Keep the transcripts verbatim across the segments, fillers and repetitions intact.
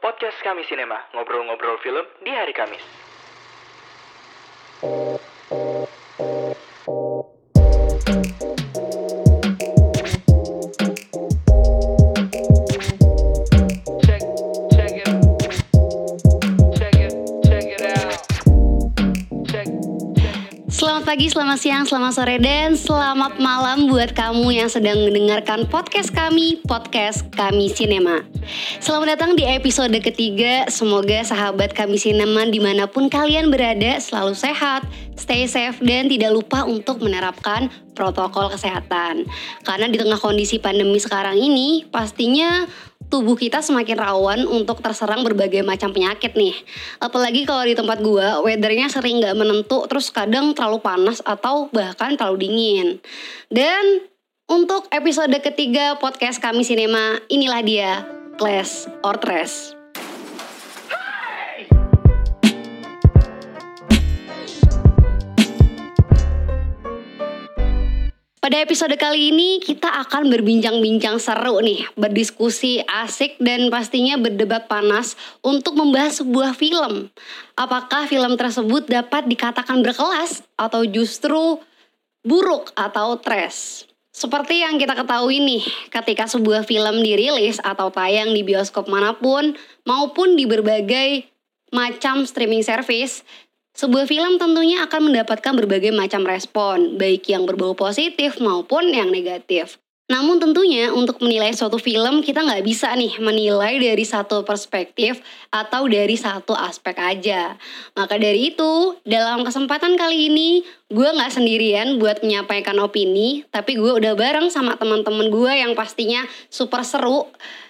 Podcast Kami Sinema, ngobrol-ngobrol film di hari Kamis. Selamat pagi, selamat siang, selamat sore, dan selamat malam buat kamu yang sedang mendengarkan podcast kami, podcast Kami Sinema. Selamat datang di episode ketiga. Semoga sahabat Kami Sinema dimanapun kalian berada selalu sehat, stay safe, dan tidak lupa untuk menerapkan protokol kesehatan. Karena di tengah kondisi pandemi sekarang ini, pastinya tubuh kita semakin rawan untuk terserang berbagai macam penyakit nih. Apalagi kalau di tempat gua, weathernya sering gak menentu, terus kadang terlalu panas atau bahkan terlalu dingin. Dan untuk episode ketiga podcast Kami Sinema, inilah dia, Clash or Trash. Pada episode kali ini kita akan berbincang-bincang seru nih, berdiskusi asik dan pastinya berdebat panas untuk membahas sebuah film. Apakah film tersebut dapat dikatakan berkelas atau justru buruk atau trash? Seperti yang kita ketahui nih, ketika sebuah film dirilis atau tayang di bioskop manapun maupun di berbagai macam streaming service, sebuah film tentunya akan mendapatkan berbagai macam respon, baik yang berbau positif maupun yang negatif. Namun tentunya untuk menilai suatu film kita nggak bisa nih menilai dari satu perspektif atau dari satu aspek aja. Maka dari itu, dalam kesempatan kali ini gue nggak sendirian buat menyampaikan opini, tapi gue udah bareng sama teman-teman gue yang pastinya super seru.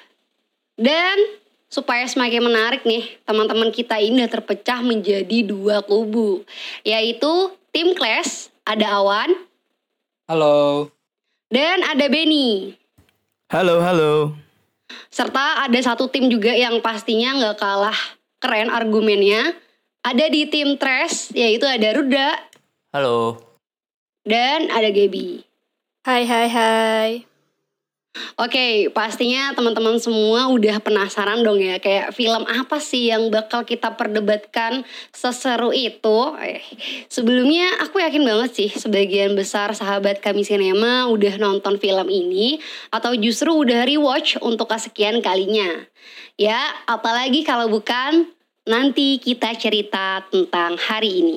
Dan supaya semakin menarik nih, teman-teman kita ini udah terpecah menjadi dua kubu, yaitu tim Clash, ada Awan. Halo. Dan ada Benny. Halo, halo. Serta ada satu tim juga yang pastinya gak kalah keren argumennya. Ada di tim Trash, yaitu ada Ruda. Halo. Dan ada Gaby. Hai hai hai. Oke, pastinya teman-teman semua udah penasaran dong ya, kayak film apa sih yang bakal kita perdebatkan seseru itu. Eh, sebelumnya aku yakin banget sih sebagian besar sahabat Kami Sinema udah nonton film ini atau justru udah rewatch untuk kesekian kalinya. Ya, apalagi kalau bukan nanti kita cerita tentang hari ini.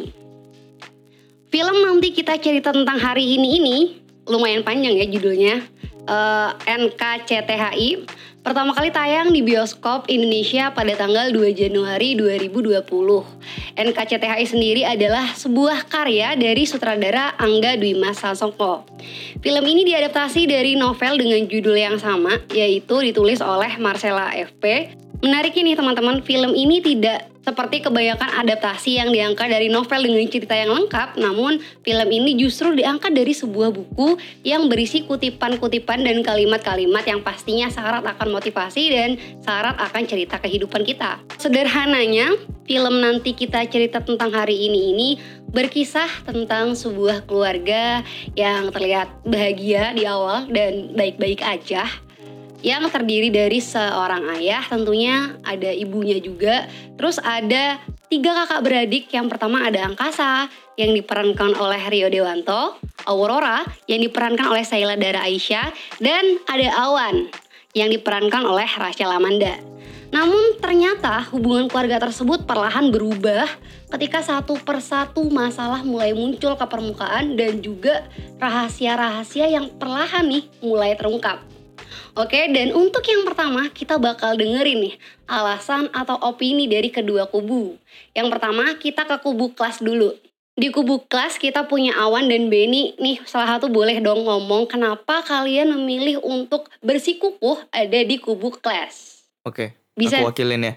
Film nanti kita cerita tentang hari ini ini lumayan panjang ya judulnya. Uh, N K C T H I pertama kali tayang di bioskop Indonesia pada tanggal dua Januari dua ribu dua puluh. N K C T H I sendiri adalah sebuah karya dari sutradara Angga Dwi Mas Sasongko. Film ini diadaptasi dari novel dengan judul yang sama, yaitu ditulis oleh Marcella F P. Menariknya nih teman-teman, film ini tidak seperti kebanyakan adaptasi yang diangkat dari novel dengan cerita yang lengkap, namun film ini justru diangkat dari sebuah buku yang berisi kutipan-kutipan dan kalimat-kalimat yang pastinya syarat akan motivasi dan syarat akan cerita kehidupan kita. Sederhananya, film nanti kita cerita tentang hari ini ini berkisah tentang sebuah keluarga yang terlihat bahagia di awal dan baik-baik aja, yang terdiri dari seorang ayah, tentunya ada ibunya juga. Terus ada tiga kakak beradik. Yang pertama ada Angkasa yang diperankan oleh Rio Dewanto, Aurora yang diperankan oleh Sheila Dara Aisha, dan ada Awan yang diperankan oleh Rachel Amanda. Namun ternyata hubungan keluarga tersebut perlahan berubah ketika satu persatu masalah mulai muncul ke permukaan dan juga rahasia-rahasia yang perlahan nih mulai terungkap. Oke, dan untuk yang pertama kita bakal dengerin nih alasan atau opini dari kedua kubu. Yang pertama kita ke kubu Clash dulu. Di kubu Clash kita punya Awan dan Benny. Nih salah satu boleh dong ngomong kenapa kalian memilih untuk bersikukuh ada di kubu Clash. Oke, Bisa? aku wakilin ya.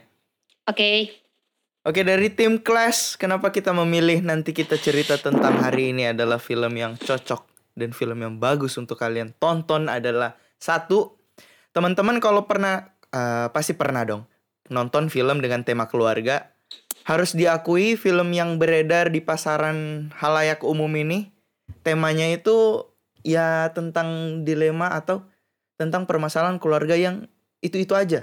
Oke. Oke, dari tim Clash, kenapa kita memilih nanti kita cerita tentang hari ini adalah film yang cocok dan film yang bagus untuk kalian tonton adalah satu, teman-teman kalau pernah, uh, pasti pernah dong nonton film dengan tema keluarga. Harus diakui film yang beredar di pasaran halayak umum ini, temanya itu ya tentang dilema atau tentang permasalahan keluarga yang itu-itu aja.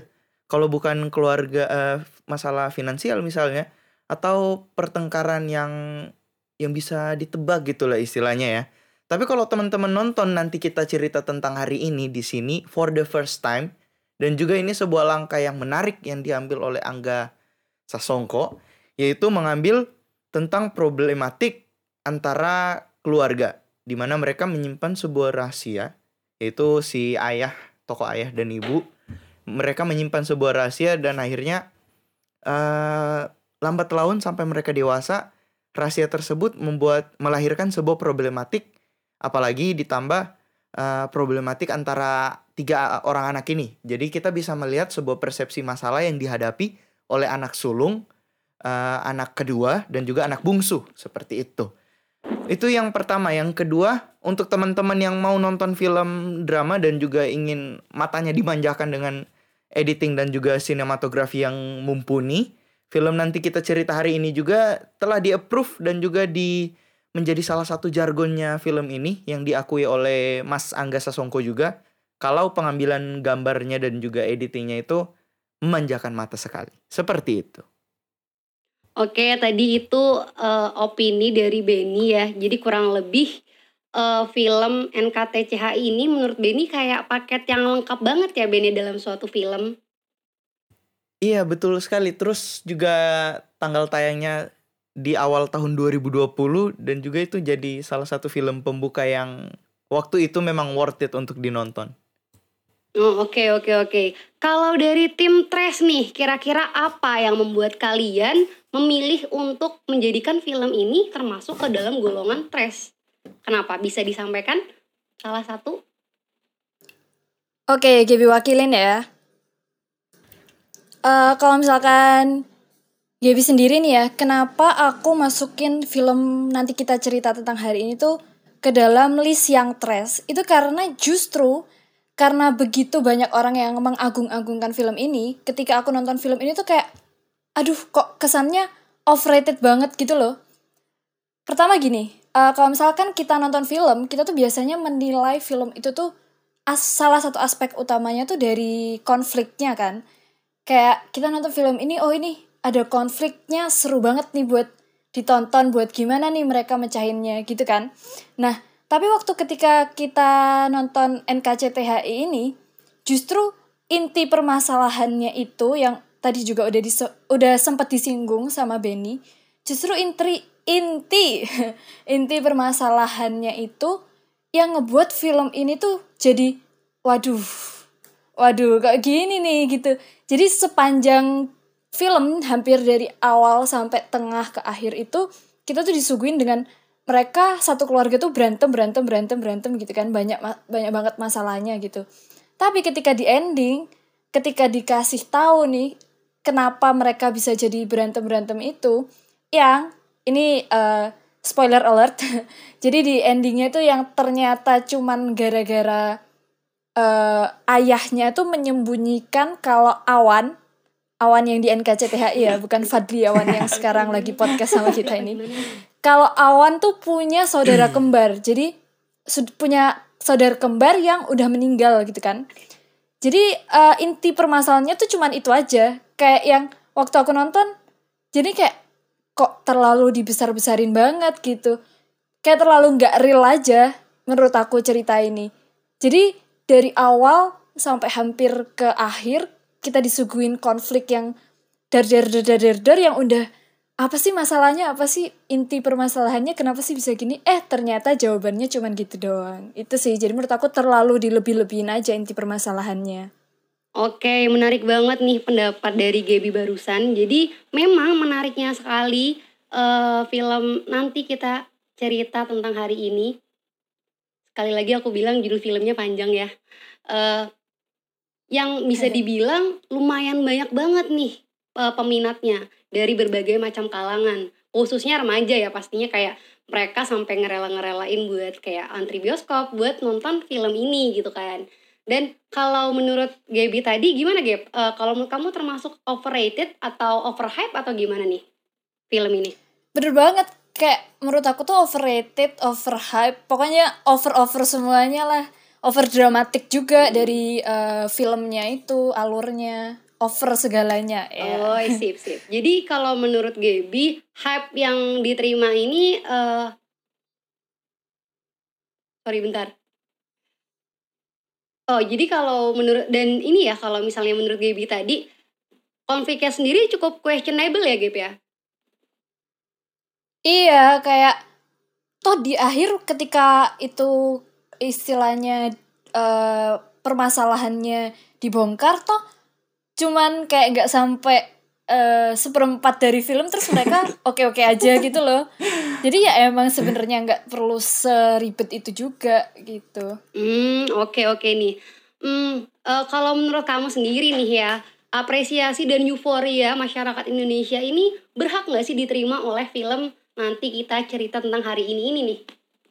Kalau bukan keluarga eh, masalah finansial misalnya, atau pertengkaran yang yang bisa ditebak gitulah istilahnya ya. Tapi kalau teman-teman nonton nanti kita cerita tentang hari ini di sini for the first time, dan juga ini sebuah langkah yang menarik yang diambil oleh Angga Sasongko, yaitu mengambil tentang problematik antara keluarga, di mana mereka menyimpan sebuah rahasia, yaitu si ayah, tokoh ayah dan ibu, mereka menyimpan sebuah rahasia dan akhirnya uh, lambat laun sampai mereka dewasa, rahasia tersebut membuat melahirkan sebuah problematik, apalagi ditambah uh, problematik antara tiga orang anak ini. Jadi kita bisa melihat sebuah persepsi masalah yang dihadapi oleh anak sulung, uh, anak kedua, dan juga anak bungsu, seperti itu. Itu yang pertama. Yang kedua, untuk teman-teman yang mau nonton film drama dan juga ingin matanya dimanjakan dengan editing dan juga sinematografi yang mumpuni, film nanti kita cerita hari ini juga telah di-approve dan juga di menjadi salah satu jargonnya film ini yang diakui oleh Mas Angga Sasongko juga, kalau pengambilan gambarnya dan juga editingnya itu memanjakan mata sekali. Seperti itu. Oke, tadi itu uh, opini dari Benny ya. Jadi kurang lebih uh, film N K T C H I ini menurut Benny kayak paket yang lengkap banget ya Benny dalam suatu film. Iya, betul sekali. Terus juga tanggal tayangnya di awal tahun dua ribu dua puluh dan juga itu jadi salah satu film pembuka yang waktu itu memang worth it untuk dinonton. Oh, oke okay, oke okay, oke. Okay. Kalau dari tim Trash nih, kira-kira apa yang membuat kalian memilih untuk menjadikan film ini termasuk ke dalam golongan Trash? Kenapa? Bisa disampaikan salah satu? Oke, okay, Gaby wakilin ya. Uh, kalau misalkan Gaby sendiri nih ya, kenapa aku masukin film nanti kita cerita tentang hari ini tuh ke dalam list yang Trash? Itu karena justru karena begitu banyak orang yang mengagung-agungkan film ini, ketika aku nonton film ini tuh kayak, aduh kok kesannya overrated banget gitu loh. Pertama gini, uh, kalau misalkan kita nonton film, kita tuh biasanya menilai film itu tuh as- salah satu aspek utamanya tuh dari konfliknya kan. Kayak kita nonton film ini, oh ini ada konfliknya seru banget nih buat ditonton, buat gimana nih mereka mecahinnya gitu kan. Nah, tapi waktu ketika kita nonton N K C T H I ini, justru inti permasalahannya itu yang tadi juga udah dis- udah sempat disinggung sama Benny, justru inti inti inti permasalahannya itu yang ngebuat film ini tuh jadi waduh, waduh kayak gini nih gitu. Jadi sepanjang film hampir dari awal sampai tengah ke akhir itu kita tuh disuguhin dengan mereka satu keluarga tuh berantem berantem berantem berantem gitu kan, banyak banyak banget masalahnya gitu. Tapi ketika di ending, ketika dikasih tahu nih kenapa mereka bisa jadi berantem berantem itu, yang ini uh, spoiler alert. Jadi di endingnya tuh yang ternyata cuman gara-gara uh, ayahnya tuh menyembunyikan kalau Awan Awan yang di N K C T H I ya, bukan Fadli Awan yang sekarang lagi podcast sama kita ini. Kalau Awan tuh punya saudara kembar, jadi punya saudara kembar yang udah meninggal gitu kan. Jadi uh, inti permasalahannya tuh cuman itu aja. Kayak yang waktu aku nonton, jadi kayak kok terlalu dibesar-besarin banget gitu. Kayak terlalu gak real aja menurut aku cerita ini. Jadi dari awal sampai hampir ke akhir, kita disuguhin konflik yang dar-dar-dar-dar-dar yang udah apa sih masalahnya, apa sih inti permasalahannya, kenapa sih bisa gini, eh ternyata jawabannya cuman gitu doang. Itu sih, jadi menurut aku terlalu dilebih-lebihin aja inti permasalahannya. Oke, menarik banget nih pendapat dari Gaby barusan. Jadi memang menariknya sekali uh, film nanti kita cerita tentang hari ini. Sekali lagi aku bilang judul filmnya panjang ya. Uh, yang bisa dibilang lumayan banyak banget nih uh, peminatnya dari berbagai macam kalangan, khususnya remaja ya pastinya, kayak mereka sampai ngerela-ngerelain buat kayak antri bioskop buat nonton film ini gitu kan. Dan kalau menurut Gaby tadi gimana Gab? Uh, kalau menurut kamu termasuk overrated atau overhype atau gimana nih film ini? Bener banget, kayak menurut aku tuh overrated, overhype, pokoknya over-over semuanya lah. Over dramatik juga dari uh, filmnya itu, alurnya. over segalanya ya. Oh, sip sip. Jadi kalau menurut Gaby, hype yang diterima ini eh sorry bentar. Oh, jadi kalau menurut dan ini ya kalau misalnya menurut Gaby tadi konfliknya sendiri cukup questionable ya, Gaby ya? Iya, kayak toh di akhir ketika itu istilahnya eh, permasalahannya dibongkar toh cuman kayak nggak sampai eh, seperempat dari film terus mereka oke-oke aja gitu loh. Jadi ya emang sebenarnya nggak perlu seribet itu juga gitu. Hmm, oke oke nih. Hmm, eh, kalau menurut kamu sendiri nih ya, apresiasi dan euforia masyarakat Indonesia ini berhak nggak sih diterima oleh film nanti kita cerita tentang hari ini ini nih?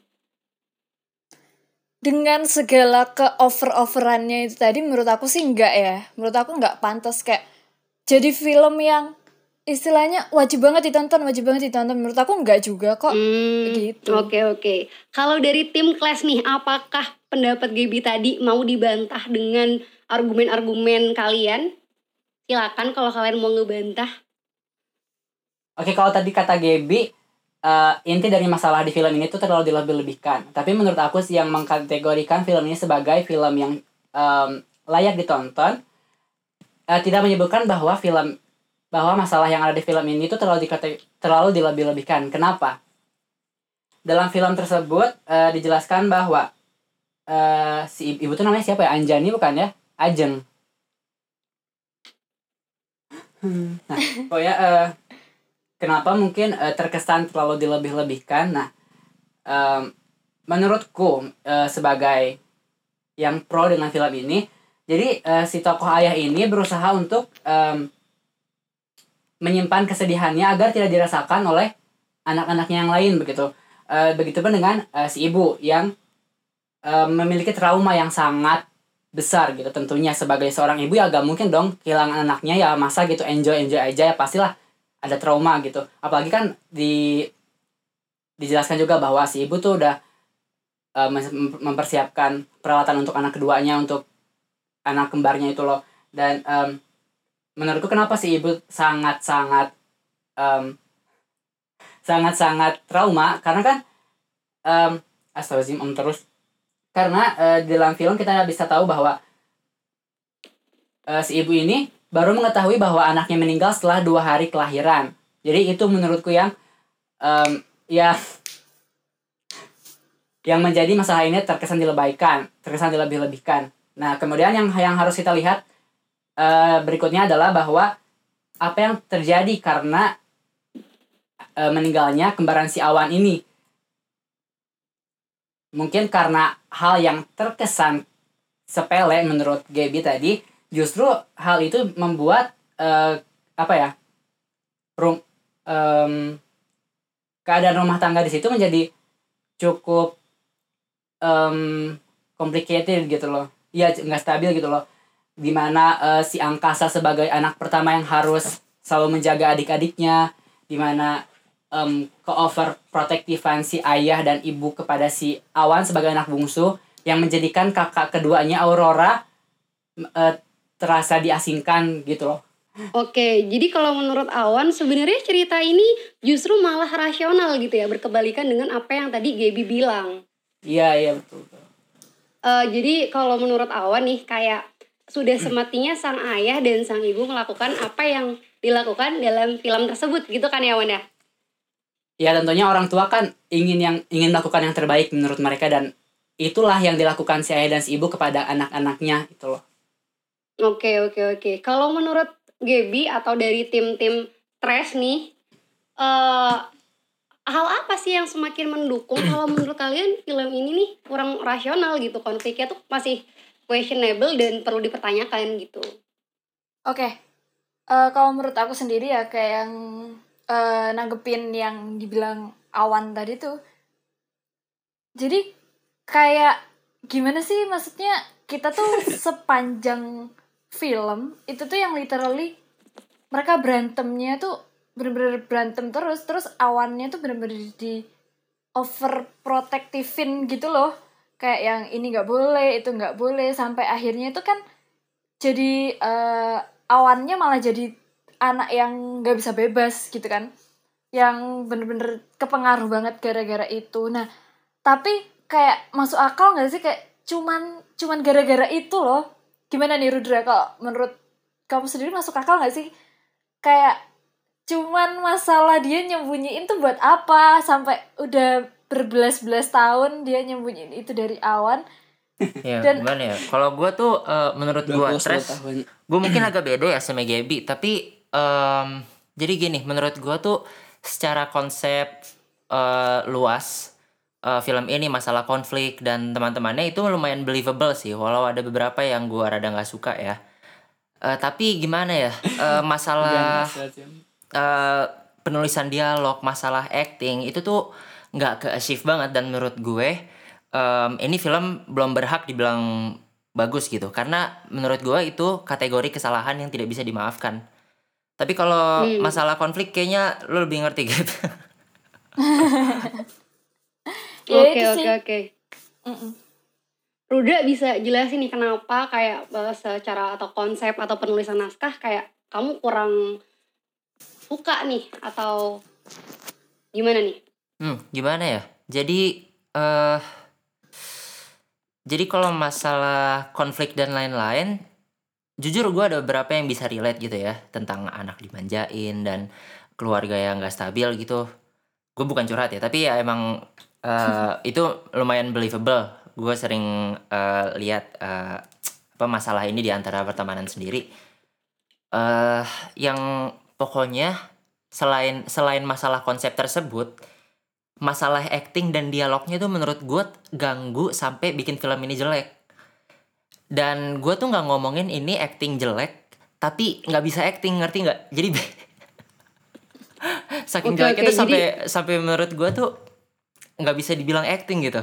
Dengan segala ke-over-overannya itu tadi menurut aku sih enggak ya. Menurut aku enggak pantas kayak jadi film yang istilahnya wajib banget ditonton, wajib banget ditonton. Menurut aku enggak juga kok. Hmm, Begitu. oke oke. Kalau dari tim Class nih, apakah pendapat Gaby tadi mau dibantah dengan argumen-argumen kalian? Silakan kalau kalian mau ngebantah. Oke, kalau tadi kata Gaby, uh, inti dari masalah di film ini tuh terlalu dilebih-lebihkan. Tapi menurut aku sih yang mengkategorikan film ini sebagai film yang um, layak ditonton, uh, tidak menyebutkan bahwa film bahwa masalah yang ada di film ini tuh terlalu dikate, terlalu dilebih-lebihkan. Kenapa? Dalam film tersebut uh, dijelaskan bahwa uh, si ibu tuh namanya siapa ya? Anjani bukan ya? Ajeng. Nah, pokoknya uh, kenapa mungkin uh, terkesan terlalu dilebih-lebihkan? Nah, um, menurutku uh, sebagai yang pro dengan film ini, jadi uh, si tokoh ayah ini berusaha untuk um, menyimpan kesedihannya agar tidak dirasakan oleh anak-anaknya yang lain begitu. Uh, Begitupun dengan uh, si ibu yang uh, memiliki trauma yang sangat besar gitu. Tentunya sebagai seorang ibu ya gak mungkin dong kehilangan anaknya ya masa gitu enjoy enjoy aja ya, pastilah ada trauma gitu. Apalagi kan di dijelaskan juga bahwa si ibu tuh udah uh, mempersiapkan peralatan untuk anak keduanya, untuk anak kembarnya itu loh. Dan um, menurutku kenapa si ibu sangat-sangat um, sangat-sangat trauma, karena kan um, astagfirullahaladzim om terus karena uh, di dalam film kita bisa tahu bahwa uh, si ibu ini baru mengetahui bahwa anaknya meninggal setelah dua hari kelahiran. Jadi itu menurutku yang um, ya yang menjadi masalah ini terkesan dilebihkan, terkesan dilebih-lebihkan. Nah kemudian yang yang harus kita lihat uh, berikutnya adalah bahwa apa yang terjadi karena uh, meninggalnya kembaran si Awan ini. Mungkin karena hal yang terkesan sepele menurut Gaby tadi, justru hal itu membuat uh, apa ya rum, um, keadaan rumah tangga di situ menjadi cukup um, complicated gitu loh. Iya nggak stabil gitu loh. Dimana uh, si Angkasa sebagai anak pertama yang harus selalu menjaga adik-adiknya, dimana Um, ke-overprotektifan si ayah dan ibu kepada si Awan sebagai anak bungsu yang menjadikan kakak keduanya Aurora uh, terasa diasingkan gitu loh. Oke, jadi kalau menurut Awan sebenarnya cerita ini justru malah rasional gitu ya, berkebalikan dengan apa yang tadi Gaby bilang. Iya, iya betul. Uh, jadi kalau menurut Awan nih kayak sudah semestinya sang ayah dan sang ibu melakukan apa yang dilakukan dalam film tersebut gitu kan ya Wan ya? Ya tentunya orang tua kan ingin yang ingin melakukan yang terbaik menurut mereka, dan itulah yang dilakukan si ayah dan si ibu kepada anak-anaknya itu loh. Oke oke oke. Kalau menurut Gaby atau dari tim-tim Trash nih, uh, hal apa sih yang semakin mendukung kalau menurut kalian film ini nih kurang rasional gitu, konfliknya tuh masih questionable dan perlu dipertanyakan gitu? Oke, okay. uh, kalau menurut aku sendiri ya kayak yang Uh, nanggepin yang dibilang Awan tadi tuh. Jadi kayak gimana sih maksudnya kita tuh sepanjang film itu tuh yang literally mereka berantemnya tuh bener-bener berantem terus. Terus Awannya tuh bener-bener di overprotectivin gitu loh. Kayak yang ini gak boleh, itu gak boleh. Sampai akhirnya itu kan jadi uh, awannya malah jadi anak yang nggak bisa bebas gitu kan, yang bener-bener kepengaruh banget gara-gara itu. Nah tapi kayak masuk akal nggak sih kayak cuman cuman gara-gara itu loh. Gimana nih Rudra, kalau menurut kamu sendiri masuk akal nggak sih kayak cuman masalah dia nyembunyiin tuh buat apa sampai udah berbelas-belas tahun dia nyembunyiin itu dari awan. Ya Dan- gimana ya, kalau gue tuh eh, menurut gue dua puluh Tres, tahun. gue mungkin agak beda ya sama Gaby, tapi em, jadi gini, menurut gue tuh secara konsep eh, luas eh, film ini masalah konflik dan teman-temannya itu lumayan believable sih, walau ada beberapa yang gue rada nggak suka ya. Eh, tapi gimana ya, eh, masalah eh, penulisan dialog, masalah acting itu tuh nggak ke-achieve banget, dan menurut gue em, ini film belum berhak dibilang bagus gitu, karena menurut gue itu kategori kesalahan yang tidak bisa dimaafkan. Tapi kalau Hmm. masalah konflik kayaknya lo lebih ngerti gitu. Ya Oke itu oke sih. oke. Mm-mm. Ruda bisa jelasin nih kenapa kayak eh, secara atau konsep atau penulisan naskah kayak kamu kurang suka nih atau gimana nih? Hmm, gimana ya? Jadi eh jadi kalau masalah konflik dan lain-lain, jujur gue ada beberapa yang bisa relate gitu ya, tentang anak dimanjain dan keluarga yang gak stabil gitu. Gue bukan curhat ya, tapi ya emang eh, itu lumayan believable. Gue sering eh, lihat eh, apa masalah ini di antara pertemanan sendiri. Eh yang pokoknya selain selain masalah konsep tersebut, masalah acting dan dialognya tuh menurut gue ganggu sampai bikin film ini jelek. Dan gue tuh nggak ngomongin ini acting jelek, tapi nggak bisa acting, ngerti nggak? Jadi saking Oke, jeleknya oke, tuh sampai sampai menurut gue tuh nggak bisa dibilang acting gitu.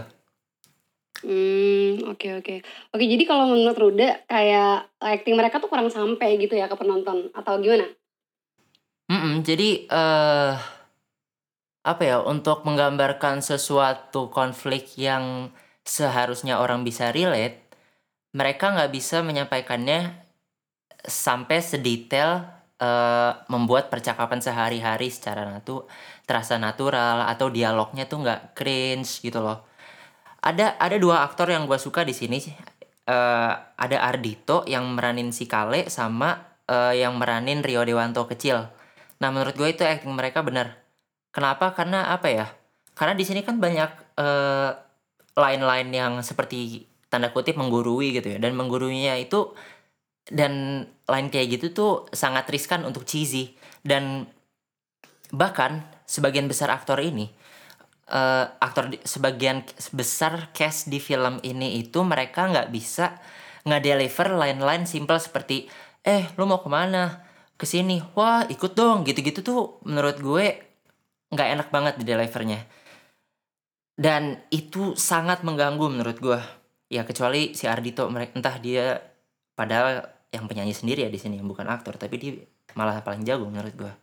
Hmm, oke oke. Oke, jadi kalau menurut Ruda kayak acting mereka tuh kurang sampai gitu ya ke penonton atau gimana? Mm-mm, jadi eh apa ya, untuk menggambarkan sesuatu konflik yang seharusnya orang bisa relate, mereka nggak bisa menyampaikannya sampai sedetail eh, membuat percakapan sehari-hari secara natu terasa natural, atau dialognya tuh nggak cringe gitu loh. Ada ada dua aktor yang gue suka di sini. Eh, ada Ardhito yang meranin si Kale, sama eh, yang meranin Rio Dewanto kecil. Nah menurut gue itu acting mereka bener. Kenapa? Karena apa ya? Karena di sini kan banyak eh, line-line yang seperti tanda kutip menggurui gitu ya, dan mengguruinya itu, dan line kayak gitu tuh sangat riskan untuk cheesy. Dan bahkan sebagian besar aktor ini eh, aktor di- sebagian besar cast di film ini itu mereka nggak bisa nge-deliver line-line simple seperti eh lu mau kemana, kesini, wah ikut dong, gitu-gitu tuh menurut gue nggak enak banget di delivernya, dan itu sangat mengganggu menurut gue. Ya kecuali si Ardhito, mereka entah dia padahal yang penyanyi sendiri ya di sini, yang bukan aktor, tapi dia malah paling jago menurut gue.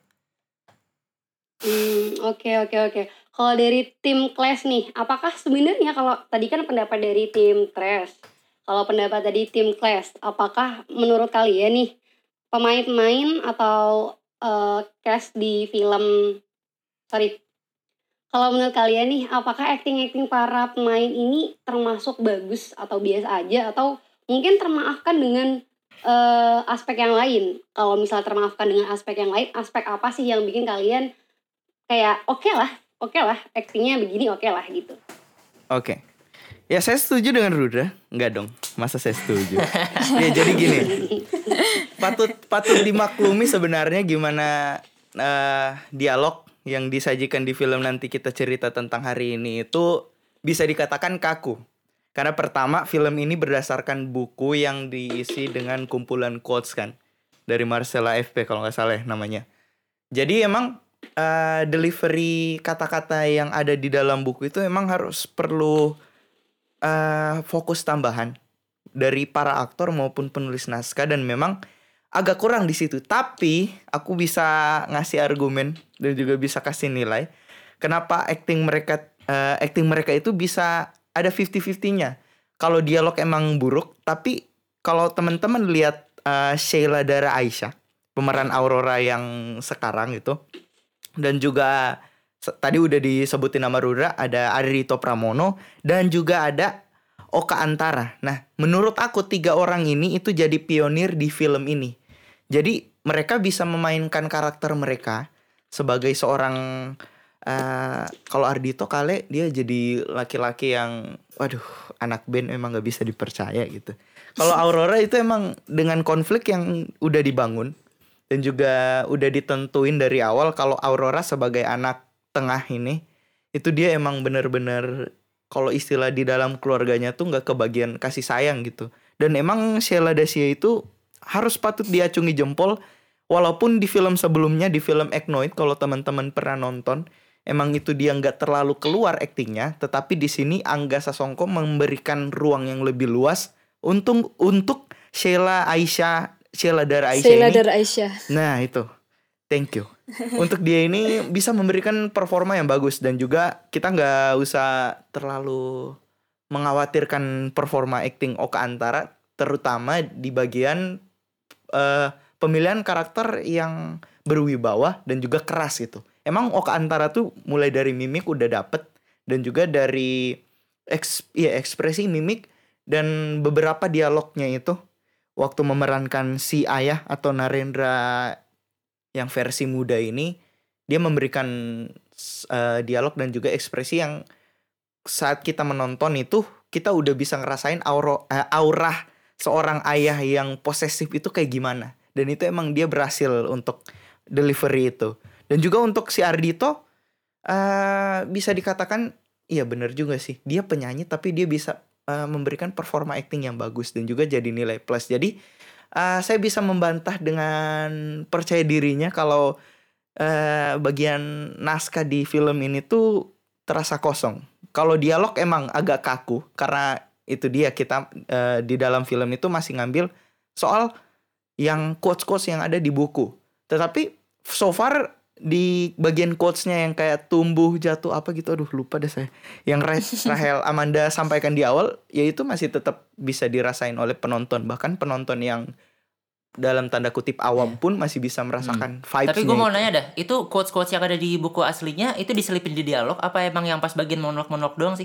Hmm, oke oke oke. Kalau dari tim Clash nih, apakah sebenarnya kalau tadi kan pendapat dari tim Trash, kalau pendapat dari tim Clash, apakah menurut kalian nih pemain-pemain atau eh, cast di film, sorry, kalau menurut kalian nih, apakah acting-acting para pemain ini termasuk bagus atau biasa aja, atau mungkin termaafkan dengan eh, aspek yang lain? Kalau misal termaafkan dengan aspek yang lain, aspek apa sih yang bikin kalian kayak oke lah, oke lah, actingnya begini oke lah gitu. Oke. Ya saya setuju dengan Rudra. Enggak dong. Masa saya setuju? Ya jadi gini. Patut patut dimaklumi sebenarnya gimana eh, dialog yang disajikan di film nanti kita cerita tentang hari ini itu bisa dikatakan kaku. Karena pertama film ini berdasarkan buku yang diisi dengan kumpulan quotes kan, dari Marcella F P kalau nggak salah ya namanya. Jadi emang uh, delivery kata-kata yang ada di dalam buku itu emang harus perlu uh, fokus tambahan dari para aktor maupun penulis naskah, dan memang agak kurang di situ. Tapi aku bisa ngasih argumen dan juga bisa kasih nilai kenapa acting mereka uh, acting mereka itu bisa ada fifty-fifty-nya. Kalau dialog emang buruk, tapi kalau teman-teman lihat uh, Sheila Dara Aisha, pemeran Aurora yang sekarang itu. Dan juga se- tadi udah disebutin nama Rudra, ada Ardhito Pramono dan juga ada Oka Antara. Nah, menurut aku tiga orang ini itu jadi pionir di film ini. Jadi mereka bisa memainkan karakter mereka sebagai seorang uh, kalau Ardhito kali dia jadi laki-laki yang waduh, anak band emang gak bisa dipercaya gitu. Kalau Aurora itu emang dengan konflik yang udah dibangun dan juga udah ditentuin dari awal kalau Aurora sebagai anak tengah ini itu dia emang bener-bener kalau istilah di dalam keluarganya tuh nggak kebagian kasih sayang gitu. Dan emang Sheila Dacia itu harus patut diacungi jempol. Walaupun di film sebelumnya, di film Eknoid, kalau teman-teman pernah nonton, emang itu dia nggak terlalu keluar aktingnya. Tetapi di sini Angga Sasongko memberikan ruang yang lebih luas untuk untuk Sheila Aisyah, Sheila Dara Aisyah Sheila ini. Dara Aisyah. Nah itu, thank you. Untuk dia ini bisa memberikan performa yang bagus. Dan juga kita gak usah terlalu mengkhawatirkan performa acting Oka Antara, terutama di bagian uh, pemilihan karakter yang berwibawa dan juga keras gitu. Emang Oka Antara tuh mulai dari mimik udah dapet, dan juga dari eks, ya, ekspresi mimik dan beberapa dialognya itu waktu memerankan si ayah atau Narendra yang versi muda ini, dia memberikan uh, dialog dan juga ekspresi yang saat kita menonton itu kita udah bisa ngerasain aura, uh, aura seorang ayah yang posesif itu kayak gimana. Dan itu emang dia berhasil untuk delivery itu. Dan juga untuk si Ardhito uh, bisa dikatakan iya bener juga sih, dia penyanyi tapi dia bisa uh, memberikan performa acting yang bagus dan juga jadi nilai plus. Jadi Uh, saya bisa membantah dengan percaya dirinya kalau uh, bagian naskah di film ini tuh terasa kosong. Kalau dialog emang agak kaku karena itu dia kita uh, di dalam film itu masih ngambil soal yang quotes-quotes yang ada di buku. Tetapi so far di bagian quotes-nya yang kayak tumbuh jatuh apa gitu, aduh lupa deh saya. Yang Rahel Amanda sampaikan di awal, yaitu masih tetap bisa dirasain oleh penonton. Bahkan penonton yang dalam tanda kutip awam pun masih bisa merasakan hmm. vibes-nya. Tapi gue mau itu. nanya dah, itu quotes-quotes yang ada di buku aslinya itu diselipin di dialog apa emang yang pas bagian monolog-monolog doang sih?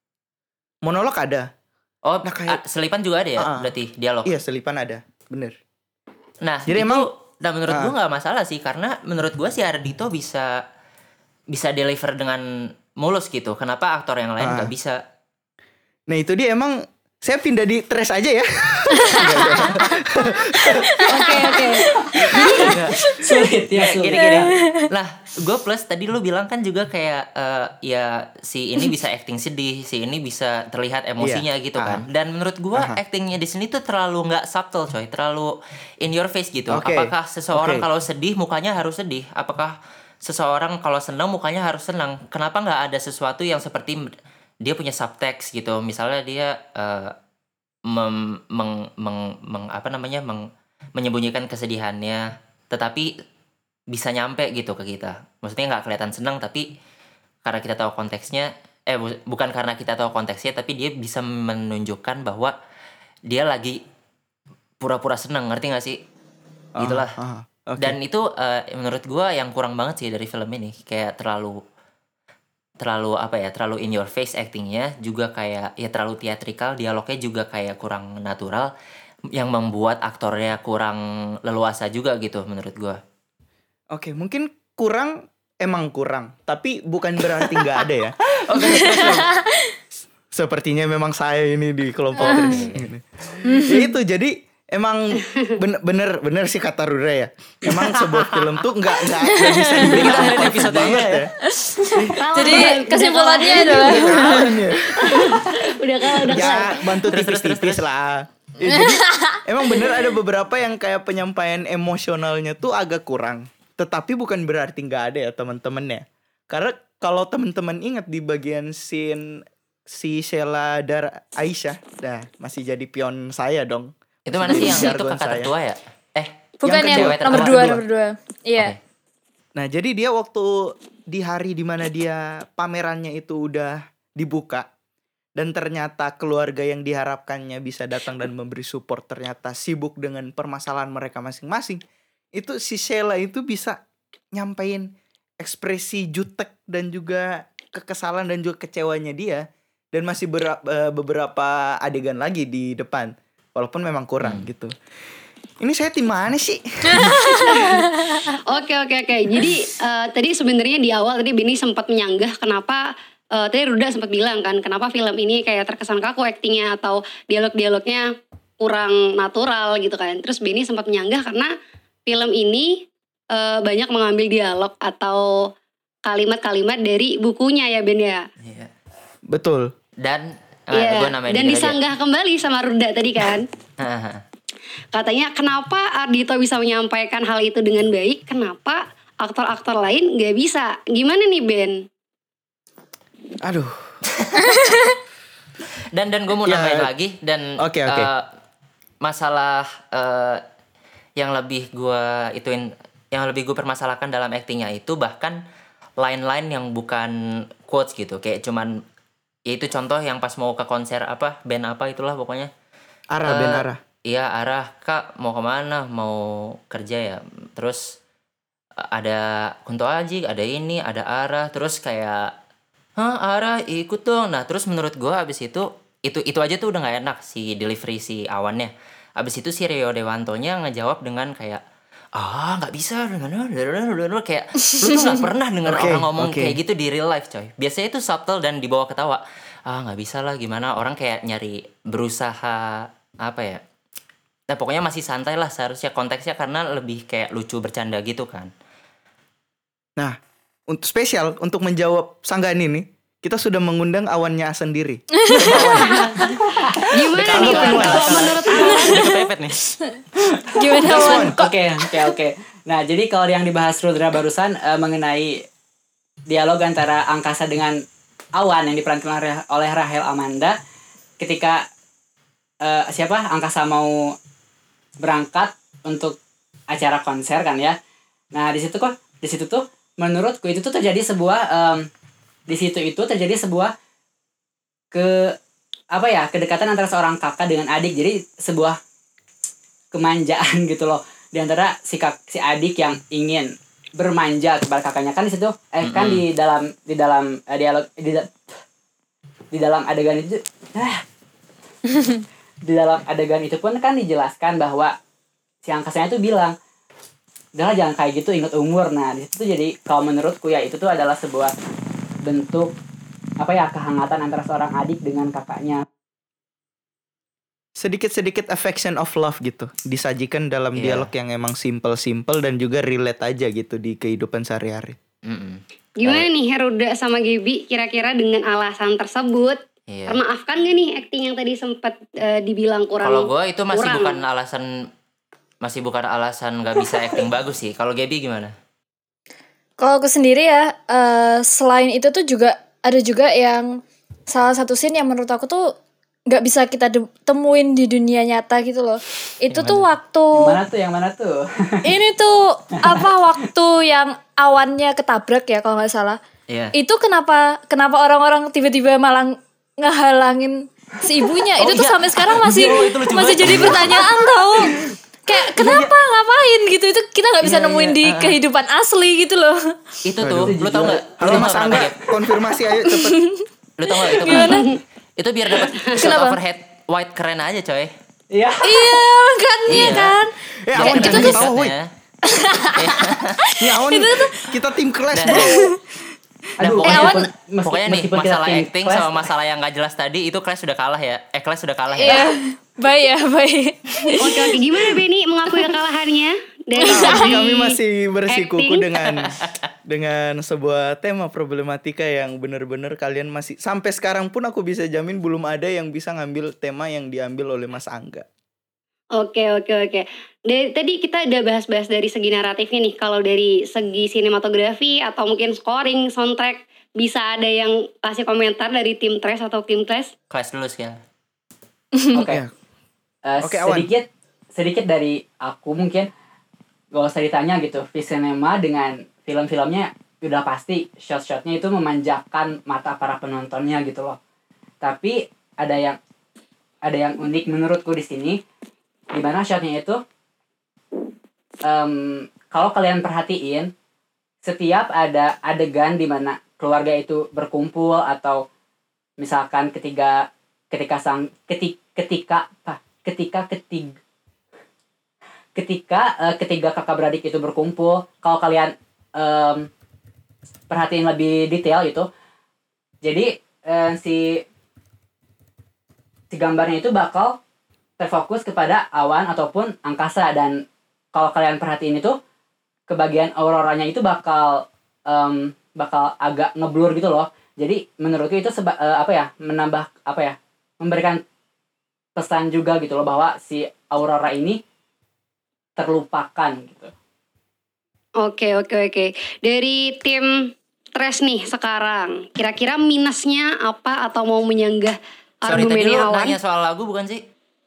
Monolog ada. Oh, nah, kayak, ah, selipan juga ada ya uh-uh. berarti dialog? Iya, selipan ada, bener. Nah, jadi itu, emang nah menurut uh. gue nggak masalah sih, karena menurut gue si Ardhito bisa bisa deliver dengan mulus gitu. Kenapa aktor yang lain nggak uh. bisa? Nah itu dia, emang saya pindah di trash aja ya. Oke oke. Sulit ya sulit. Gini-gini. Nah, gue plus tadi lu bilang kan juga kayak uh, ya si ini bisa acting sedih, si ini bisa terlihat emosinya yeah. gitu kan. Uh-huh. Dan menurut gue uh-huh. actingnya di sini tuh terlalu nggak subtle coy, terlalu in your face gitu. Okay. Apakah seseorang okay. kalau sedih mukanya harus sedih? Apakah seseorang kalau senang mukanya harus senang? Kenapa nggak ada sesuatu yang seperti dia punya subtext gitu, misalnya dia uh, mem, meng, meng, meng apa namanya meng, menyembunyikan kesedihannya, tetapi bisa nyampe gitu ke kita. Maksudnya nggak kelihatan senang, tapi karena kita tahu konteksnya, eh bu, bukan karena kita tahu konteksnya, tapi dia bisa menunjukkan bahwa dia lagi pura-pura senang, ngerti nggak sih? Gitulah. Uh, uh, okay. Dan itu uh, menurut gua yang kurang banget sih dari film ini, kayak terlalu terlalu apa ya terlalu in your face actingnya, juga kayak ya terlalu teatrikal, dialognya juga kayak kurang natural, yang membuat aktornya kurang leluasa juga gitu menurut gue. Oke, mungkin kurang, emang kurang, tapi bukan berarti nggak ada ya. Oke. Sepertinya memang saya ini di kelompok terus ini. Ya itu, jadi emang bener bener bener sih kata Rura ya. Emang sebuah film tuh nggak nggak nggak bisa dibilang episode banget ya. Jadi kesimpulannya adalah udah kalah udah ya kalah. bantu tipis-tipis lah. Ya, jadi emang bener ada beberapa yang kayak penyampaian emosionalnya tuh agak kurang. Tetapi bukan berarti nggak ada ya teman-teman ya. Karena kalau teman-teman ingat di bagian scene si Sheila Dara Aisyah, dah masih jadi pion saya dong. Itu mana sih yang itu kakak tertua ya? Eh, bukan yang, yang nomor dua, nomor dua. Iya. Okay. Nah, jadi dia waktu di hari dimana dia pamerannya itu udah dibuka, dan ternyata keluarga yang diharapkannya bisa datang dan memberi support ternyata sibuk dengan permasalahan mereka masing-masing. Itu si Sheila itu bisa nyampein ekspresi jutek dan juga kekesalan dan juga kecewanya dia, dan masih ber- beberapa adegan lagi di depan walaupun memang kurang hmm. gitu. Ini saya tim mana sih? Oke oke oke. Jadi uh, tadi sebenarnya di awal tadi Benny sempat menyanggah kenapa uh, tadi Ruda sempat bilang kan kenapa film ini kayak terkesan kaku aktingnya atau dialog-dialognya kurang natural gitu kan. Terus Benny sempat menyanggah karena film ini uh, banyak mengambil dialog atau kalimat-kalimat dari bukunya ya Ben ya. Iya. Betul. Dan uh, yeah. gue namain dan disanggah aja. Kembali sama Ruda tadi kan. Katanya kenapa Ardhito bisa menyampaikan hal itu dengan baik, kenapa aktor-aktor lain gak bisa? Gimana nih Ben? Aduh. dan dan gue mau ya, nambahin lagi dan okay, okay. Uh, masalah uh, yang lebih gue ituin, yang lebih gue permasalahkan dalam aktingnya itu bahkan line-line yang bukan quotes gitu, kayak cuman ya itu contoh yang pas mau ke konser apa band apa itulah pokoknya. Arah uh, band arah. Iya arah kak mau kemana, mau kerja ya, terus ada Kunto Aji, ada ini, ada arah, terus kayak hah arah ikut dong. Nah terus menurut gue abis itu itu itu aja tuh udah nggak enak si delivery si Awannya. Abis itu si Rio Dewantonya ngejawab dengan kayak ah nggak bisa kayak lu tuh nggak pernah denger okay, orang ngomong okay. kayak gitu di real life coy. Biasanya itu subtle dan dibawa ketawa. Ah nggak bisa lah gimana, orang kayak nyari berusaha apa ya. Nah pokoknya masih santai lah seharusnya konteksnya karena lebih kayak lucu bercanda gitu kan. Nah untuk spesial untuk menjawab sanggahan ini kita sudah mengundang Awannya sendiri. Gimana nih kalau menurut Awan? Udah kepepet nih. Gimana Awan? Oke oke oke. Nah jadi kalau yang dibahas Rudra barusan uh, mengenai dialog antara Angkasa dengan Awan yang diperankan oleh Rachel Amanda ketika uh, siapa Angkasa mau berangkat untuk acara konser kan ya. Nah di situ kok di situ tuh menurutku itu tuh terjadi sebuah um, di situ itu terjadi sebuah ke apa ya kedekatan antara seorang kakak dengan adik, jadi sebuah kemanjaan gitu loh di antara si kak, si adik yang ingin bermanja kepada kakaknya kan di situ eh mm-hmm. kan di dalam di dalam uh, dialog di, di dalam adegan itu ah, di dalam adegan itu pun kan dijelaskan bahwa si Angkasanya tuh bilang udahlah jangan kayak gitu, ingat umur. Nah di situ jadi kalau menurutku ya itu tuh adalah sebuah bentuk apa ya kehangatan antara seorang adik dengan kakaknya. Sedikit-sedikit affection of love gitu disajikan dalam yeah. dialog yang emang simple-simple dan juga relate aja gitu di kehidupan sehari-hari. Mm-mm. Gimana nih Heruda sama Gaby kira-kira dengan alasan tersebut yeah. termaafkan gak nih acting yang tadi sempat uh, dibilang kurang? Kalau gue itu masih kurang. bukan alasan masih bukan alasan gak bisa acting bagus sih. Kalau Gaby gimana? Kalau aku sendiri ya, uh, selain itu tuh juga ada juga yang salah satu scene yang menurut aku tuh nggak bisa kita de- temuin di dunia nyata gitu loh. Itu tuh waktu. Yang mana tuh? Yang mana tuh? Ini tuh apa waktu yang awannya ketabrak ya kalau nggak salah. Yeah. Itu kenapa kenapa orang-orang tiba-tiba malah ngehalangin si ibunya? Oh, itu tuh iya. sampai sekarang masih Oh, masih jadi pertanyaan tau. Kayak kenapa ngapain gitu, itu kita nggak bisa yeah, nemuin yeah. di uh, kehidupan asli gitu loh. Itu tuh Aduh. lu tau nggak? Halo Mas Angga, konfirmasi ayo cepet. Lu tau nggak itu Gimana? kenapa? Itu biar dapat shot Kenapa? overhead white keren aja coy. Iya. Iya kan, iya kan. Eh Jadi Awan ada jangan shotnya. ketawa woi. Ya Awan kita tim kelas Dan- bro. Dan Aduh, pokoknya, eh, Awan- meski- pokoknya nih meskipun kita masalah tim acting Clash, sama masalah yang gak jelas tadi itu Clash sudah kalah ya. Eh Clash sudah kalah Iya, ya. baik ya, baik. Oke oke gimana Benny mengakui kekalahannya dari Tapi segi kami masih bersikuku acting? dengan dengan sebuah tema problematika yang benar-benar kalian masih sampai sekarang pun aku bisa jamin belum ada yang bisa ngambil tema yang diambil oleh Mas Angga. Oke oke oke. Dari tadi kita udah bahas-bahas dari segi naratifnya nih. Kalau dari segi sinematografi atau mungkin scoring, soundtrack, bisa ada yang kasih komentar dari tim Trash atau tim Clash? Clash dulu sih ya. Oke. Ya. Eh, Oke, Awan. sedikit sedikit dari aku mungkin gak usah ditanya gitu. Visinema dengan film-filmnya udah pasti shot-shotnya itu memanjakan mata para penontonnya gitu loh. Tapi ada yang ada yang unik menurutku di sini, di mana shotnya itu um, kalau kalian perhatiin, setiap ada adegan di mana keluarga itu berkumpul atau misalkan ketika ketika sang ketika ketika apa ketika ketiga ketika uh, ketiga kakak beradik itu berkumpul, kalau kalian um, perhatiin lebih detail itu, jadi uh, si si gambarnya itu bakal terfokus kepada awan ataupun angkasa, dan kalau kalian perhatiin itu kebagian auroranya itu bakal um, bakal agak ngeblur gitu loh. Jadi menurutku itu seba, uh, apa ya menambah apa ya memberikan pesan juga gitu loh bahwa si aurora ini terlupakan gitu. Oke oke oke. Dari tim Tres nih sekarang, kira-kira minusnya apa atau mau menyanggah Sorry, tadi argumennya lu Awan? nanya soal lagu bukan sih?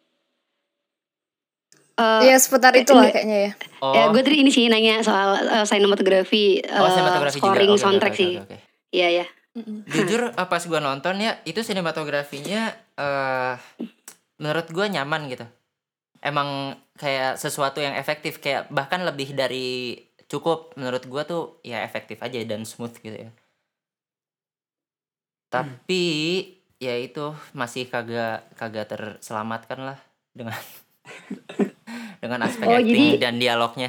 Eh, Iya seputar itulah enggak. kayaknya ya. Oh, Ya, gue tadi ini sih nanya soal uh, sinematografi, oh uh, sinematografi juga. scoring, Oke, oke, soundtrack oke, sih. oke, oke. Iya ya. Jujur eh, pas gue nonton ya, itu sinematografinya eh menurut gue nyaman gitu. Emang kayak sesuatu yang efektif, kayak bahkan lebih dari cukup menurut gue tuh ya efektif aja dan smooth gitu ya. Tapi ya itu masih kagak kagak terselamatkan lah dengan dengan aspek Oh, acting jadi- dan dialognya.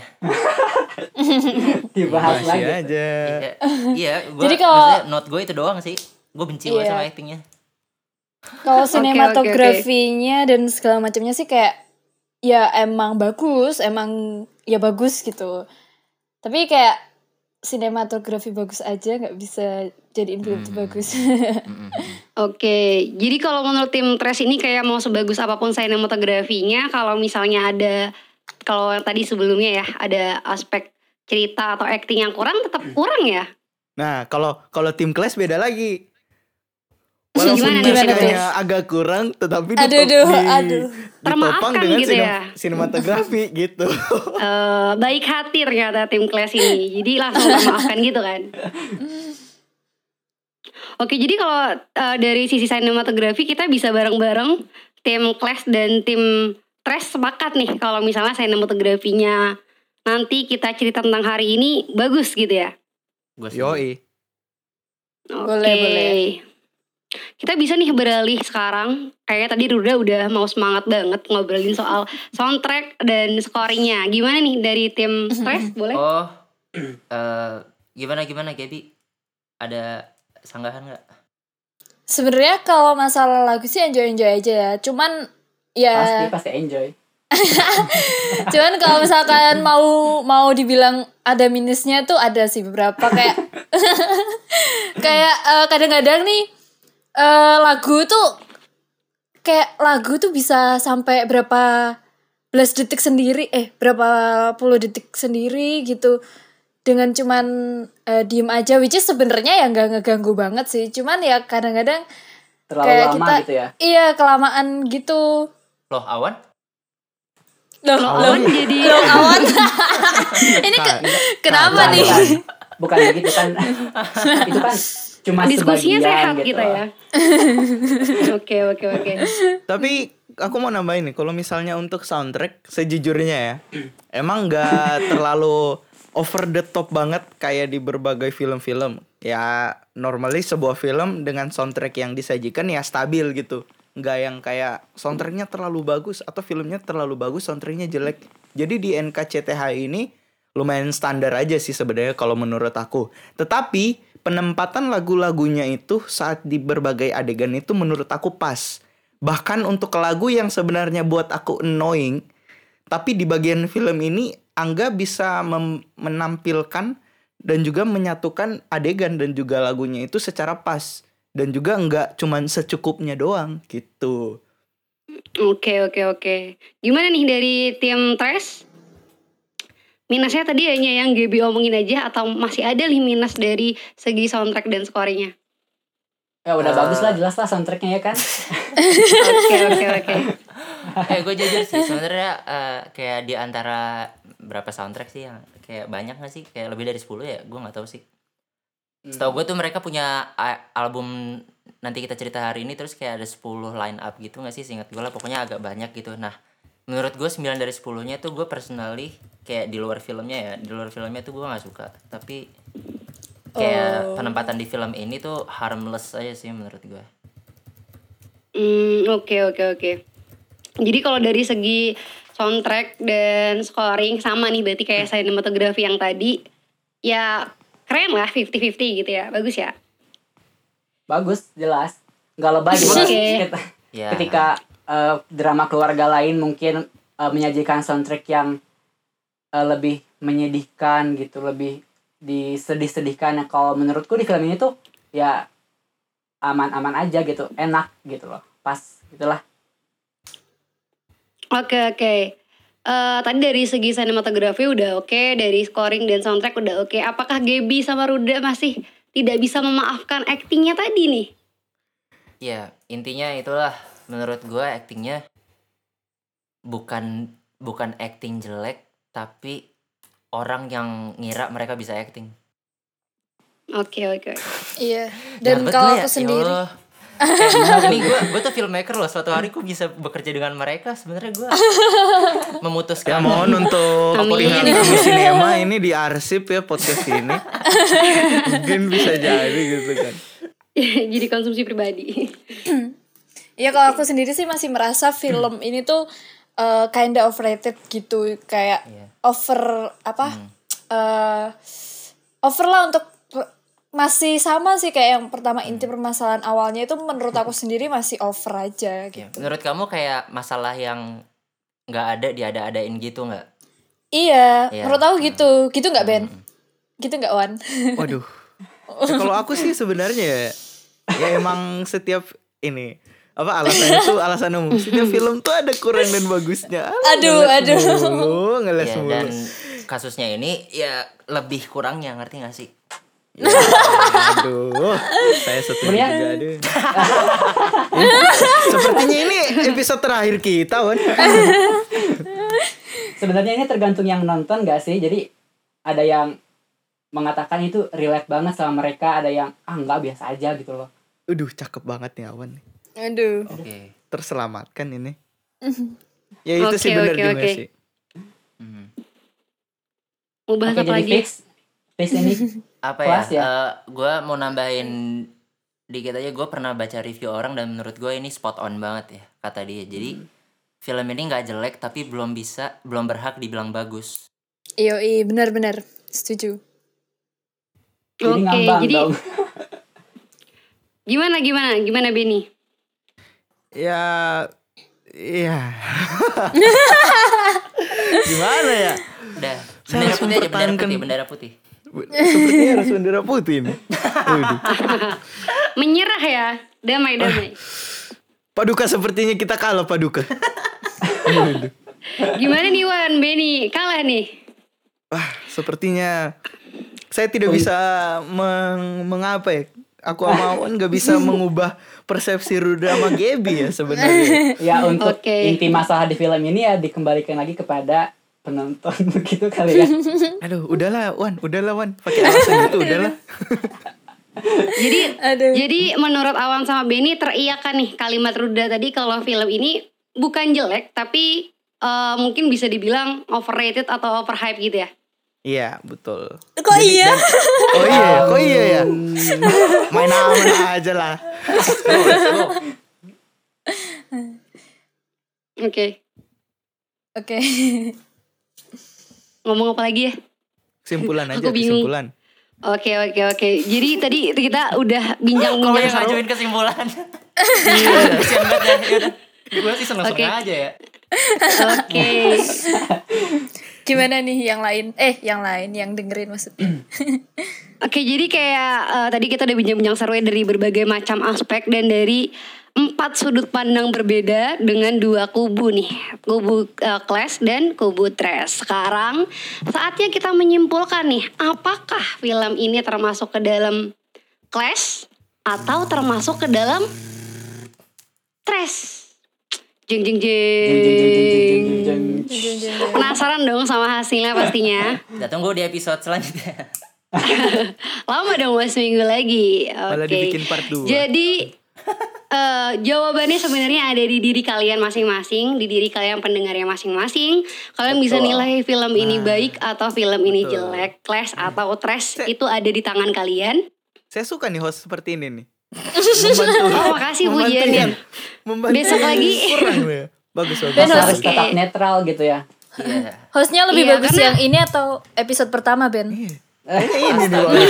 Dibahas Masih lagi. aja. Iya, iya, gua Jadi kalau- maksudnya note gue itu doang sih. Gue benci banget Iya. sama actingnya. Kalau Oke, sinematografinya dan segala macamnya sih kayak ya emang bagus, emang ya bagus gitu. Tapi kayak sinematografi bagus aja nggak bisa jadiin film itu Hmm. bagus. Mm-mm. Oke, jadi kalau menurut tim Tres ini kayak mau sebagus apapun sinematografinya, kalau misalnya ada, kalau yang tadi sebelumnya ya, ada aspek cerita atau acting yang kurang, tetap kurang ya? Nah, kalau kalau tim Clash beda lagi. Walaupun Gimana nih, naskahnya gimana agak kurang, tetapi Aduh, ditop- aduh, di- aduh. ditopang Termaafkan dengan gitu sinem- ya. sinematografi gitu. Eh, baik hati ternyata tim Clash ini, jadi langsung termaafkan gitu kan? Oke, jadi kalau eh, dari sisi sinematografi kita bisa bareng-bareng tim Clash dan tim Tres sepakat nih kalau misalnya sinematografinya nanti kita cerita tentang hari ini bagus gitu ya. Gua setuju. Yoi. Oke. Boleh, boleh. Kita bisa nih beralih sekarang. Kayaknya tadi Ruda udah mau semangat banget ngobrolin soal soundtrack dan scoringnya. Gimana nih dari tim Stress? Boleh? Oh, eh gimana gimana Gaby? Ada sanggahan nggak? Sebenarnya kalau masalah lagu sih enjoy-enjoy aja ya. Cuman Pasti ya pasti enjoy. cuman kalau misalkan mau mau dibilang ada minusnya tuh ada sih beberapa kayak kayak eh, kadang-kadang nih eh, lagu tuh kayak lagu tuh bisa sampai berapa belas detik sendiri eh berapa puluh detik sendiri gitu dengan cuman eh, diem aja, which is sebenarnya ya nggak ngeganggu banget sih, cuman ya kadang-kadang Terlalu kayak lama kita gitu ya. iya kelamaan gitu. Loh, Awan? Loh, Loh, loh, Awan jadi loh, Awan. Ini ke, kenapa Bukan, nih? bukan. Bukan begitu kan. Itu kan cuma diskusinya sebagian sehat gitu. kita ya. Oke oke oke. Tapi aku mau nambahin nih, kalau misalnya untuk soundtrack sejujurnya ya, emang nggak terlalu over the top banget kayak di berbagai film-film. Ya normally sebuah film dengan soundtrack yang disajikan ya stabil gitu. Nggak yang kayak soundtracknya terlalu bagus atau filmnya terlalu bagus soundtracknya jelek. Jadi di N K C T H ini lumayan standar aja sih sebenarnya kalau menurut aku. Tetapi penempatan lagu-lagunya itu saat di berbagai adegan itu menurut aku pas. Bahkan untuk lagu yang sebenarnya buat aku annoying, tapi di bagian film ini Angga bisa mem- menampilkan dan juga menyatukan adegan dan juga lagunya itu secara pas. Dan juga nggak cuman secukupnya doang gitu. Oke oke oke. Gimana nih dari tim Tres? Minusnya tadi hanya yang Gaby omongin aja atau masih ada nih minus dari segi soundtrack dan scoringnya? Ya udah Uh, bagus lah, jelas lah soundtracknya ya kan. Oke oke oke. Eh, gue jujur sih sebenarnya eh, kayak di antara berapa soundtrack sih yang kayak banyak nggak sih? Kayak lebih dari sepuluh ya? Gue nggak tahu sih. Setahu gue tuh mereka punya a- album Nanti Kita Cerita Hari Ini, terus kayak ada sepuluh line up gitu gak sih, seingat gue lah, pokoknya agak banyak gitu. Nah menurut gue sembilan dari sepuluh-nya tuh gue personally kayak di luar filmnya ya, di luar filmnya tuh gue gak suka. Tapi kayak Oh. penempatan di film ini tuh harmless aja sih menurut gue. Hmm, oke oke oke. Jadi kalau dari segi soundtrack dan scoring sama nih berarti kayak sinematografi yang tadi, ya keren lah fifty fifty gitu ya. Bagus ya. Bagus, jelas. Nggak lebay gitu. Oke. Ket- Ya. Ketika eh, drama keluarga lain mungkin eh, menyajikan soundtrack yang eh, lebih menyedihkan gitu, lebih disedih-sedihkan. Nah, kalau menurutku di film ini tuh ya aman-aman aja gitu, enak gitu loh. Pas gitulah. Oke oke. Eh, tadi dari segi sinematografi udah oke, dari scoring dan soundtrack udah oke. Apakah Gaby sama Ruda masih tidak bisa memaafkan aktingnya tadi nih? Ya intinya itulah, menurut gue aktingnya bukan bukan acting jelek, tapi orang yang ngira mereka bisa acting. Oke oke. Iya. Dan Jahat kalau banget aku ya, sendiri, ya Allah. Kayak, ini gue gue tuh filmmaker loh, suatu hari gue bisa bekerja dengan mereka. Sebenarnya gue Ya memutuskan mohon untuk Amin. pihak Kami Sinema ini diarsip ya podcast ini. Mungkin bisa jadi gitu kan. Jadi konsumsi pribadi. ya kalau aku sendiri sih masih merasa film ini tuh uh, kinda overrated gitu, kayak Iya. over apa? eh over lah untuk masih sama sih kayak yang pertama, inti permasalahan awalnya itu menurut aku sendiri masih over aja Ya, gitu. menurut kamu kayak masalah yang nggak ada diada-adain gitu nggak? Iya, Iya. menurut aku gitu. Gitu nggak Ben? Gitu nggak Wan? Waduh. Ya, kalau aku sih sebenarnya ya, ya emang setiap ini apa alasannya tuh alasan umum. Setiap film tuh ada kurang dan bagusnya. Alah, Aduh, ngeles aduh. Mulu, ngeles Ya, mulu. dan kasusnya ini ya lebih kurangnya, ngerti gak sih? Ya, aduh, saya setuju Sebenarnya- juga aduh. Sepertinya ini episode terakhir kita, Wan. Sebenarnya ini tergantung yang nonton gak sih? Jadi ada yang mengatakan itu relate banget sama mereka, ada yang ah enggak biasa aja gitu loh. Aduh, cakep banget nih Awan. Aduh. Oke. Terselamatkan ini. Ya itu sih Oke, benar oke, juga oke. sih. Hmm. Mau bahas Oke, apa jadi lagi? fix fix ini. Apa ya? Kelas ya? gue mau nambahin dikit aja. Gue pernah baca review orang dan menurut gue ini spot on banget ya kata dia. Jadi film ini nggak jelek tapi belum bisa, belum berhak dibilang bagus. Iyo, iya benar-benar setuju. Jadi Oke, ngambang jadi dong. gimana gimana gimana Benny? Ya iya. Gimana ya? Udah, Saya bendera harus putih aja, bendera mempertahankan- putih, bendera putih. Sepertinya harus bendera putih nih. Waduh. Menyerah ya, damai damai. Paduka sepertinya kita kalah Paduka. Gimana nih Wan, Benny kalah nih? Wah, sepertinya saya tidak bisa meng, mengapa ya? Aku sama Awan gak bisa mengubah persepsi Ruda sama Gaby ya sebenarnya. Ya untuk Oke. inti masalah di film ini ya dikembalikan lagi kepada penonton begitu kali ya. Aduh, udahlah Wan, udahlah Wan, pakai alasan itu udahlah. Jadi Aduh. jadi menurut Awan sama Benny teriakan nih kalimat Ruda tadi kalau film ini bukan jelek tapi eh, mungkin bisa dibilang overrated atau overhype gitu ya. Iya, betul. Kok iya? Oh iya, kok iya ya? Main aman aja lah. Oke, Oke. ngomong apa lagi ya? Kesimpulan aja, Aku bingung. kesimpulan. Oke oke oke. Jadi tadi kita udah bincang Kalau bincang yang seru. ngajuin kesimpulan. Iya, kasihan banget ya. Yaudah. Gue sih seneng-seneng Oke. aja ya. Oke. Gimana nih yang lain? Eh, yang lain yang dengerin maksudnya. Oke, jadi kayak eh, tadi kita udah bincang-bincang seru ya dari berbagai macam aspek dan dari empat sudut pandang berbeda dengan dua kubu nih, kubu eh, Clash dan kubu Trash. Sekarang saatnya kita menyimpulkan nih, apakah film ini termasuk ke dalam Clash atau termasuk ke dalam Trash? Jeng jeng Jeng, jeng, jeng, jeng, jeng, jeng. jeng. Jeng, jeng, jeng. Penasaran dong sama hasilnya pastinya. Udah tunggu di episode selanjutnya. Lama dong mas, seminggu lagi. Oke. Malah dibikin part dua. Jadi uh, jawabannya sebenarnya ada di diri kalian masing-masing, di diri kalian pendengarnya masing-masing. Kalian bisa nilai film ini baik atau film ini betul. jelek, clash atau trash, itu ada di tangan kalian. Saya suka nih host seperti ini nih. Membantu. Oh, makasih membantu pujiannya. yang- membantu Besok yang lagi. kurang nih. Bagus bagus. Ben, Harus Oke. tetap netral gitu ya. Iya. Hostnya lebih Iya, bagus karena- yang ini atau episode pertama, Ben? Kayaknya ini nih bagus.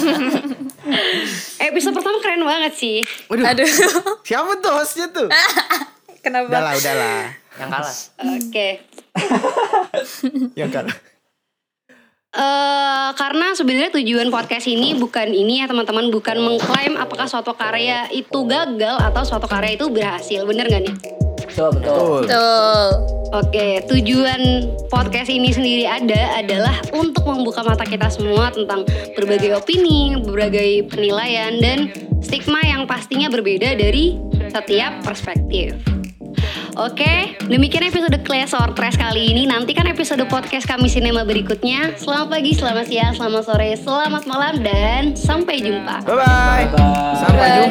Episode pertama keren banget sih. Waduh. Aduh. Siapa tuh hostnya tuh? Kenapa? Udahlah, udahlah. Yang kalah. Oke. Yang kalah. Eh karena sebenarnya tujuan podcast ini bukan ini ya teman-teman, bukan mengklaim apakah suatu karya itu gagal atau suatu karya itu berhasil, bener gak nih? Betul, betul. Betul. Betul. Oke, tujuan podcast ini sendiri ada adalah untuk membuka mata kita semua tentang berbagai opini, berbagai penilaian dan stigma yang pastinya berbeda dari setiap perspektif. Oke, demikian episode Clash or Trash kali ini. Nantikan episode podcast kami Sinema berikutnya. Selamat pagi, selamat siang, selamat sore, selamat malam, dan sampai jumpa. Bye bye. Bye-bye. Sampai jumpa.